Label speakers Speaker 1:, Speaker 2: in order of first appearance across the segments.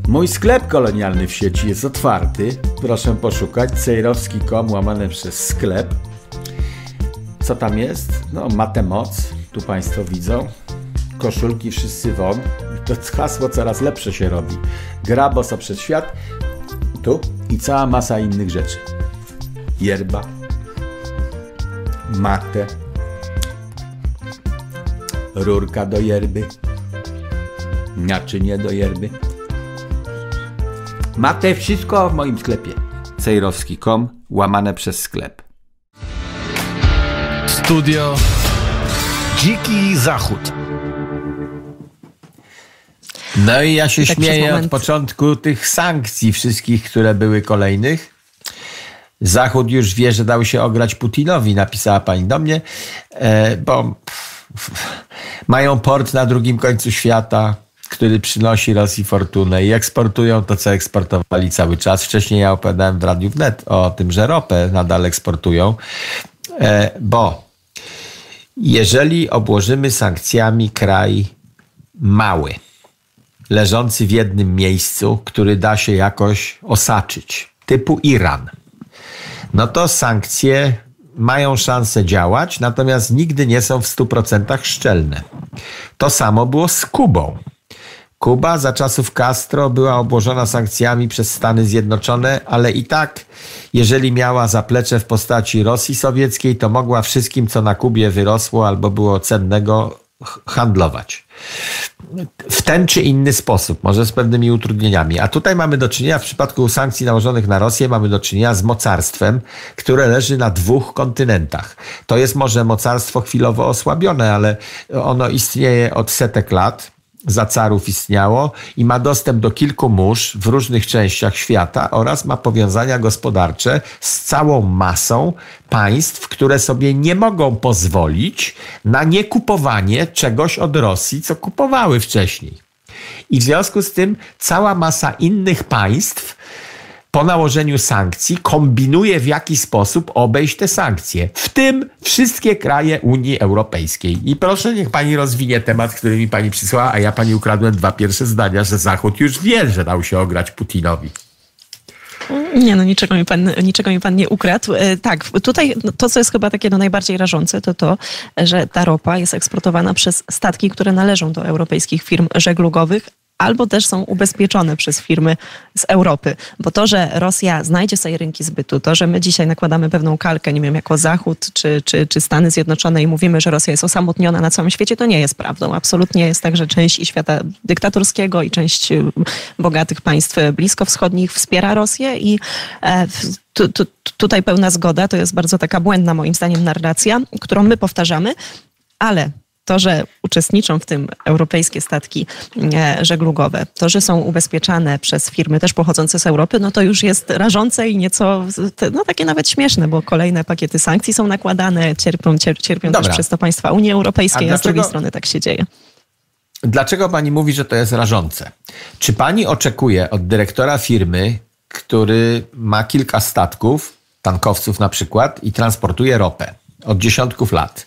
Speaker 1: Mój sklep kolonialny w sieci jest otwarty. Proszę poszukać cejrowski.com /sklep. Co tam jest? No, Matę Moc. Tu Państwo widzą. Koszulki wszyscy won. To hasło coraz lepsze się robi. Gra boso przed świat. Tu i cała masa innych rzeczy. Yerba. Matę. Rurka do yerby. Naczynie do yerby. Matę, wszystko w moim sklepie. cejrowski.com /sklep.
Speaker 2: Studio Dziki Zachód.
Speaker 1: No i ja się śmieję od początku tych sankcji wszystkich, które były kolejnych. Zachód już wie, że dał się ograć Putinowi, napisała pani do mnie, bo mają port na drugim końcu świata, który przynosi Rosji fortunę i eksportują to, co eksportowali cały czas. Wcześniej ja opowiadałem w Radiu Wnet o tym, że ropę nadal eksportują, bo jeżeli obłożymy sankcjami kraj mały, leżący w jednym miejscu, który da się jakoś osaczyć, typu Iran, no to sankcje mają szansę działać, natomiast nigdy nie są w 100% szczelne. To samo było z Kubą. Kuba za czasów Castro była obłożona sankcjami przez Stany Zjednoczone, ale i tak, jeżeli miała zaplecze w postaci Rosji sowieckiej, to mogła wszystkim, co na Kubie wyrosło albo było cennego, handlować. W ten czy inny sposób, może z pewnymi utrudnieniami. A tutaj mamy do czynienia, w przypadku sankcji nałożonych na Rosję, mamy do czynienia z mocarstwem, które leży na 2 kontynentach. To jest może mocarstwo chwilowo osłabione, ale ono istnieje od setek lat. Za carów istniało i ma dostęp do kilku mórz w różnych częściach świata oraz ma powiązania gospodarcze z całą masą państw, które sobie nie mogą pozwolić na niekupowanie czegoś od Rosji, co kupowały wcześniej. I w związku z tym cała masa innych państw po nałożeniu sankcji kombinuje, w jaki sposób obejść te sankcje. W tym wszystkie kraje Unii Europejskiej. I proszę, niech pani rozwinie temat, który mi pani przysłała, a ja pani ukradłem 2 pierwsze zdania, że Zachód już wie, że dał się ograć Putinowi.
Speaker 3: Nie, no niczego mi pan nie ukradł. Tak, tutaj to, co jest chyba takie najbardziej rażące, to, że ta ropa jest eksportowana przez statki, które należą do europejskich firm żeglugowych, albo też są ubezpieczone przez firmy z Europy. Bo to, że Rosja znajdzie sobie rynki zbytu, to, że my dzisiaj nakładamy pewną kalkę, nie wiem, jako Zachód czy Stany Zjednoczone i mówimy, że Rosja jest osamotniona na całym świecie, to nie jest prawdą. Absolutnie jest tak, że część świata dyktatorskiego i część bogatych państw bliskowschodnich wspiera Rosję i tutaj pełna zgoda. To jest bardzo taka błędna, moim zdaniem, narracja, którą my powtarzamy, ale to, że uczestniczą w tym europejskie statki żeglugowe, to, że są ubezpieczane przez firmy też pochodzące z Europy, no to już jest rażące i nieco, no takie nawet śmieszne, bo kolejne pakiety sankcji są nakładane, cierpią też przez to państwa Unii Europejskiej, a z drugiej strony tak się dzieje.
Speaker 1: Dlaczego pani mówi, że to jest rażące? Czy pani oczekuje od dyrektora firmy, który ma kilka statków, tankowców na przykład, i transportuje ropę od dziesiątków lat,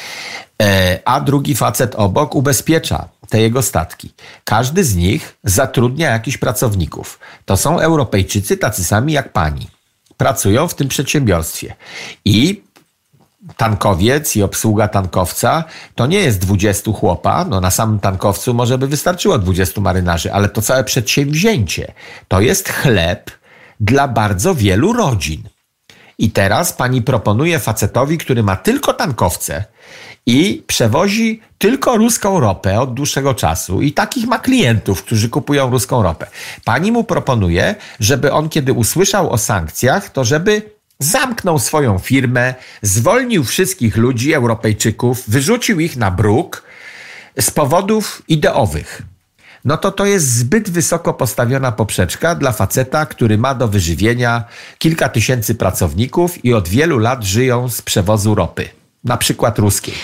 Speaker 1: a drugi facet obok ubezpiecza te jego statki. Każdy z nich zatrudnia jakichś pracowników. To są Europejczycy tacy sami jak pani. Pracują w tym przedsiębiorstwie. I tankowiec i obsługa tankowca to nie jest 20 chłopa. No na samym tankowcu może by wystarczyło 20 marynarzy, ale to całe przedsięwzięcie to jest chleb dla bardzo wielu rodzin. I teraz pani proponuje facetowi, który ma tylko tankowce i przewozi tylko ruską ropę od dłuższego czasu i takich ma klientów, którzy kupują ruską ropę. Pani mu proponuje, żeby on, kiedy usłyszał o sankcjach, to żeby zamknął swoją firmę, zwolnił wszystkich ludzi, Europejczyków, wyrzucił ich na bruk z powodów ideowych. No to jest zbyt wysoko postawiona poprzeczka dla faceta, który ma do wyżywienia kilka tysięcy pracowników i od wielu lat żyją z przewozu ropy, na przykład ruskiej.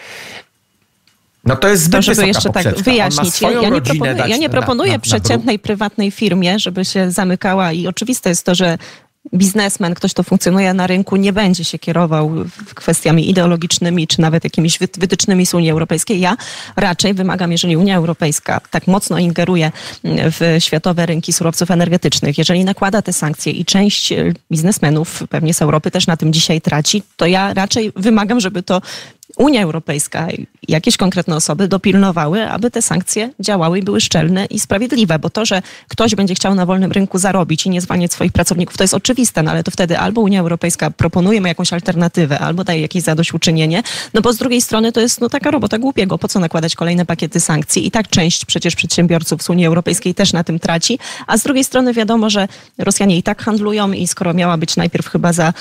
Speaker 1: No to jest zbyt
Speaker 3: żeby
Speaker 1: wysoka
Speaker 3: jeszcze
Speaker 1: poprzeczka.
Speaker 3: tak wyjaśnić. Ja nie proponuję przeciętnej prywatnej firmie, żeby się zamykała i oczywiste jest to, że biznesmen, ktoś, kto funkcjonuje na rynku, nie będzie się kierował kwestiami ideologicznymi, czy nawet jakimiś wytycznymi z Unii Europejskiej. Ja raczej wymagam, jeżeli Unia Europejska tak mocno ingeruje w światowe rynki surowców energetycznych, jeżeli nakłada te sankcje i część biznesmenów, pewnie z Europy też na tym dzisiaj traci, to ja raczej wymagam, żeby to Unia Europejska, jakieś konkretne osoby dopilnowały, aby te sankcje działały i były szczelne i sprawiedliwe, bo to, że ktoś będzie chciał na wolnym rynku zarobić i nie zwalniać swoich pracowników, to jest oczywiste, no ale to wtedy albo Unia Europejska proponuje mu jakąś alternatywę, albo daje jakieś zadośćuczynienie, no bo z drugiej strony to jest taka robota głupiego, po co nakładać kolejne pakiety sankcji i tak część przecież przedsiębiorców z Unii Europejskiej też na tym traci, a z drugiej strony wiadomo, że Rosjanie i tak handlują i skoro miała być najpierw chyba za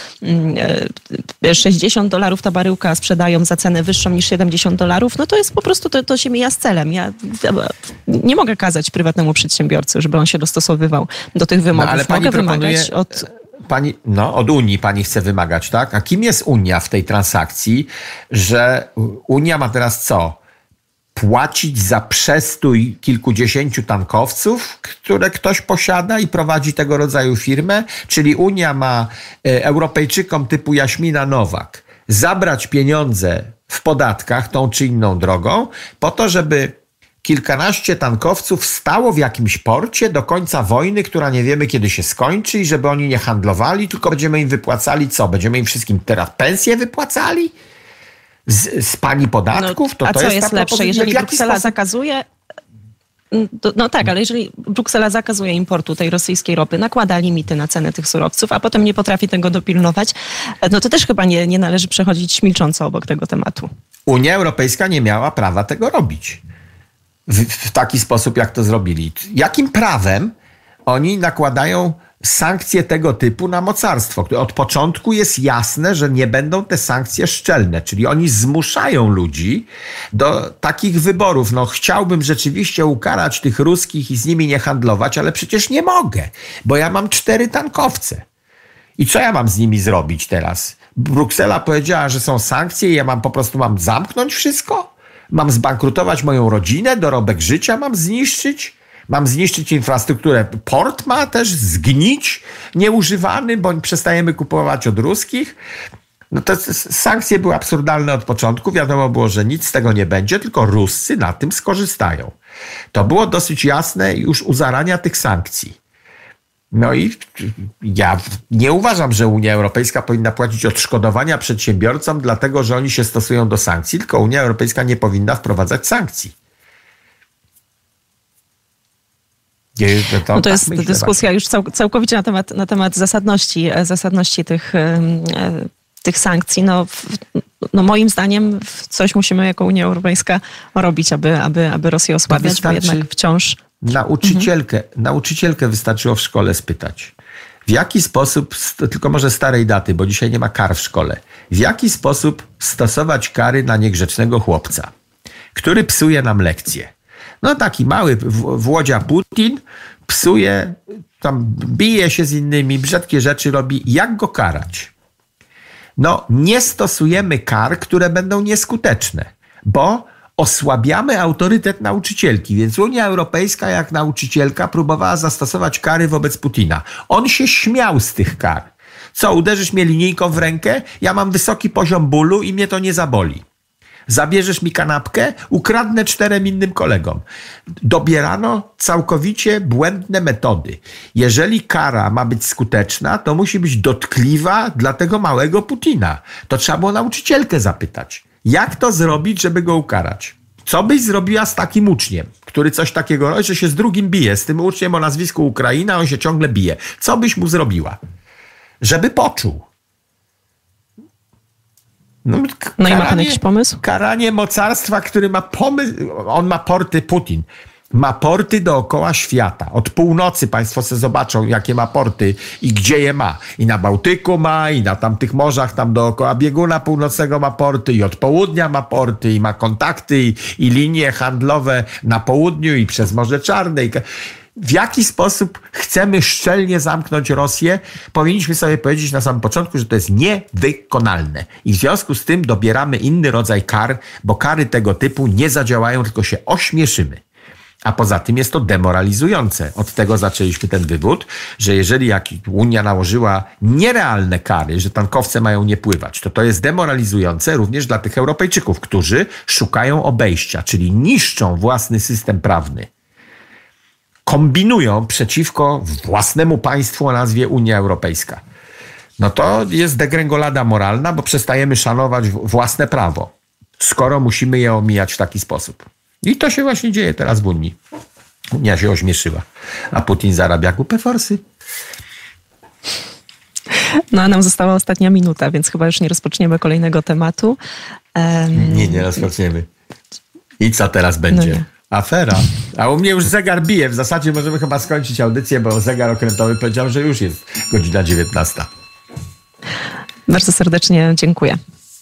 Speaker 3: $60 ta baryłka, sprzedają za cenę wyższą niż $70, no to jest po prostu, to się mija z celem. Ja nie mogę kazać prywatnemu przedsiębiorcy, żeby on się dostosowywał do tych wymogów.
Speaker 1: No, ale
Speaker 3: mogę wymagać
Speaker 1: od Unii pani chce wymagać, tak? A kim jest Unia w tej transakcji, że Unia ma teraz co? Płacić za przestój kilkudziesięciu tankowców, które ktoś posiada i prowadzi tego rodzaju firmę? Czyli Unia ma Europejczykom typu Jaśmina Nowak zabrać pieniądze w podatkach tą czy inną drogą, po to, żeby kilkanaście tankowców stało w jakimś porcie do końca wojny, która nie wiemy kiedy się skończy i żeby oni nie handlowali, tylko będziemy im wypłacali co? Będziemy im wszystkim teraz pensje wypłacali? Z pani podatków?
Speaker 3: A co jest lepsze, jeżeli Bruksela zakazuje... No tak, ale jeżeli Bruksela zakazuje importu tej rosyjskiej ropy, nakłada limity na cenę tych surowców, a potem nie potrafi tego dopilnować, no to też chyba nie należy przechodzić milcząco obok tego tematu.
Speaker 1: Unia Europejska nie miała prawa tego robić w taki sposób, jak to zrobili. Jakim prawem oni nakładają sankcje tego typu na mocarstwo, które od początku jest jasne, że nie będą te sankcje szczelne, czyli oni zmuszają ludzi do takich wyborów. No chciałbym rzeczywiście ukarać tych ruskich i z nimi nie handlować, ale przecież nie mogę, bo ja mam 4 tankowce. I co ja mam z nimi zrobić teraz? Bruksela powiedziała, że są sankcje i ja po prostu mam zamknąć wszystko? Mam zbankrutować moją rodzinę, dorobek życia mam zniszczyć? Mam zniszczyć infrastrukturę. Port ma też zgnić nieużywany, bo przestajemy kupować od ruskich. No te sankcje były absurdalne od początku. Wiadomo było, że nic z tego nie będzie, tylko Ruscy na tym skorzystają. To było dosyć jasne już u zarania tych sankcji. No i ja nie uważam, że Unia Europejska powinna płacić odszkodowania przedsiębiorcom, dlatego że oni się stosują do sankcji, tylko Unia Europejska nie powinna wprowadzać sankcji.
Speaker 3: No to jest dyskusja już całkowicie na temat zasadności tych sankcji. No moim zdaniem coś musimy jako Unia Europejska robić, aby Rosję osłabiać, bo jednak wciąż...
Speaker 1: Nauczycielkę wystarczyło w szkole spytać. W jaki sposób, tylko może starej daty, bo dzisiaj nie ma kar w szkole, w jaki sposób stosować kary na niegrzecznego chłopca, który psuje nam lekcje? No taki mały Włodzia Putin psuje, tam bije się z innymi, brzydkie rzeczy robi. Jak go karać? No nie stosujemy kar, które będą nieskuteczne, bo osłabiamy autorytet nauczycielki. Więc Unia Europejska jak nauczycielka próbowała zastosować kary wobec Putina. On się śmiał z tych kar. Co, uderzysz mnie linijką w rękę? Ja mam wysoki poziom bólu i mnie to nie zaboli. Zabierzesz mi kanapkę? Ukradnę 4 innym kolegom. Dobierano całkowicie błędne metody. Jeżeli kara ma być skuteczna, to musi być dotkliwa dla tego małego Putina. To trzeba było nauczycielkę zapytać. Jak to zrobić, żeby go ukarać? Co byś zrobiła z takim uczniem, który coś takiego robi, że się z drugim bije, z tym uczniem o nazwisku Ukraina, on się ciągle bije. Co byś mu zrobiła? Żeby poczuł.
Speaker 3: No i ma pan jakiś pomysł?
Speaker 1: Karanie mocarstwa, który ma pomysł, on ma porty, Putin, ma porty dookoła świata. Od północy państwo sobie zobaczą, jakie ma porty i gdzie je ma. I na Bałtyku ma, i na tamtych morzach, tam dookoła bieguna północnego ma porty, i od południa ma porty, i ma kontakty, i linie handlowe na południu, i przez Morze Czarne. W jaki sposób chcemy szczelnie zamknąć Rosję, powinniśmy sobie powiedzieć na samym początku, że to jest niewykonalne. I w związku z tym dobieramy inny rodzaj kar, bo kary tego typu nie zadziałają, tylko się ośmieszymy. A poza tym jest to demoralizujące. Od tego zaczęliśmy ten wywód, że jeżeli Unia nałożyła nierealne kary, że tankowce mają nie pływać, to jest demoralizujące również dla tych Europejczyków, którzy szukają obejścia, czyli niszczą własny system prawny. Kombinują przeciwko własnemu państwu o nazwie Unia Europejska. No to jest degrengolada moralna, bo przestajemy szanować własne prawo, skoro musimy je omijać w taki sposób. I to się właśnie dzieje teraz w Unii. Unia się ośmieszyła, a Putin zarabia kupę forsy.
Speaker 3: No a nam została ostatnia minuta, więc chyba już nie rozpoczniemy kolejnego tematu.
Speaker 1: Nie rozpoczniemy. I co teraz będzie?
Speaker 3: No
Speaker 1: Afera. A u mnie już zegar bije. W zasadzie możemy chyba skończyć audycję, bo zegar okrętowy powiedział, że już jest godzina 19.
Speaker 3: Bardzo serdecznie dziękuję.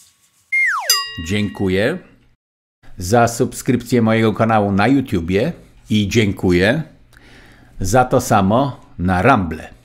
Speaker 4: Dziękuję za subskrypcję mojego kanału na YouTubie i dziękuję za to samo na Rumble.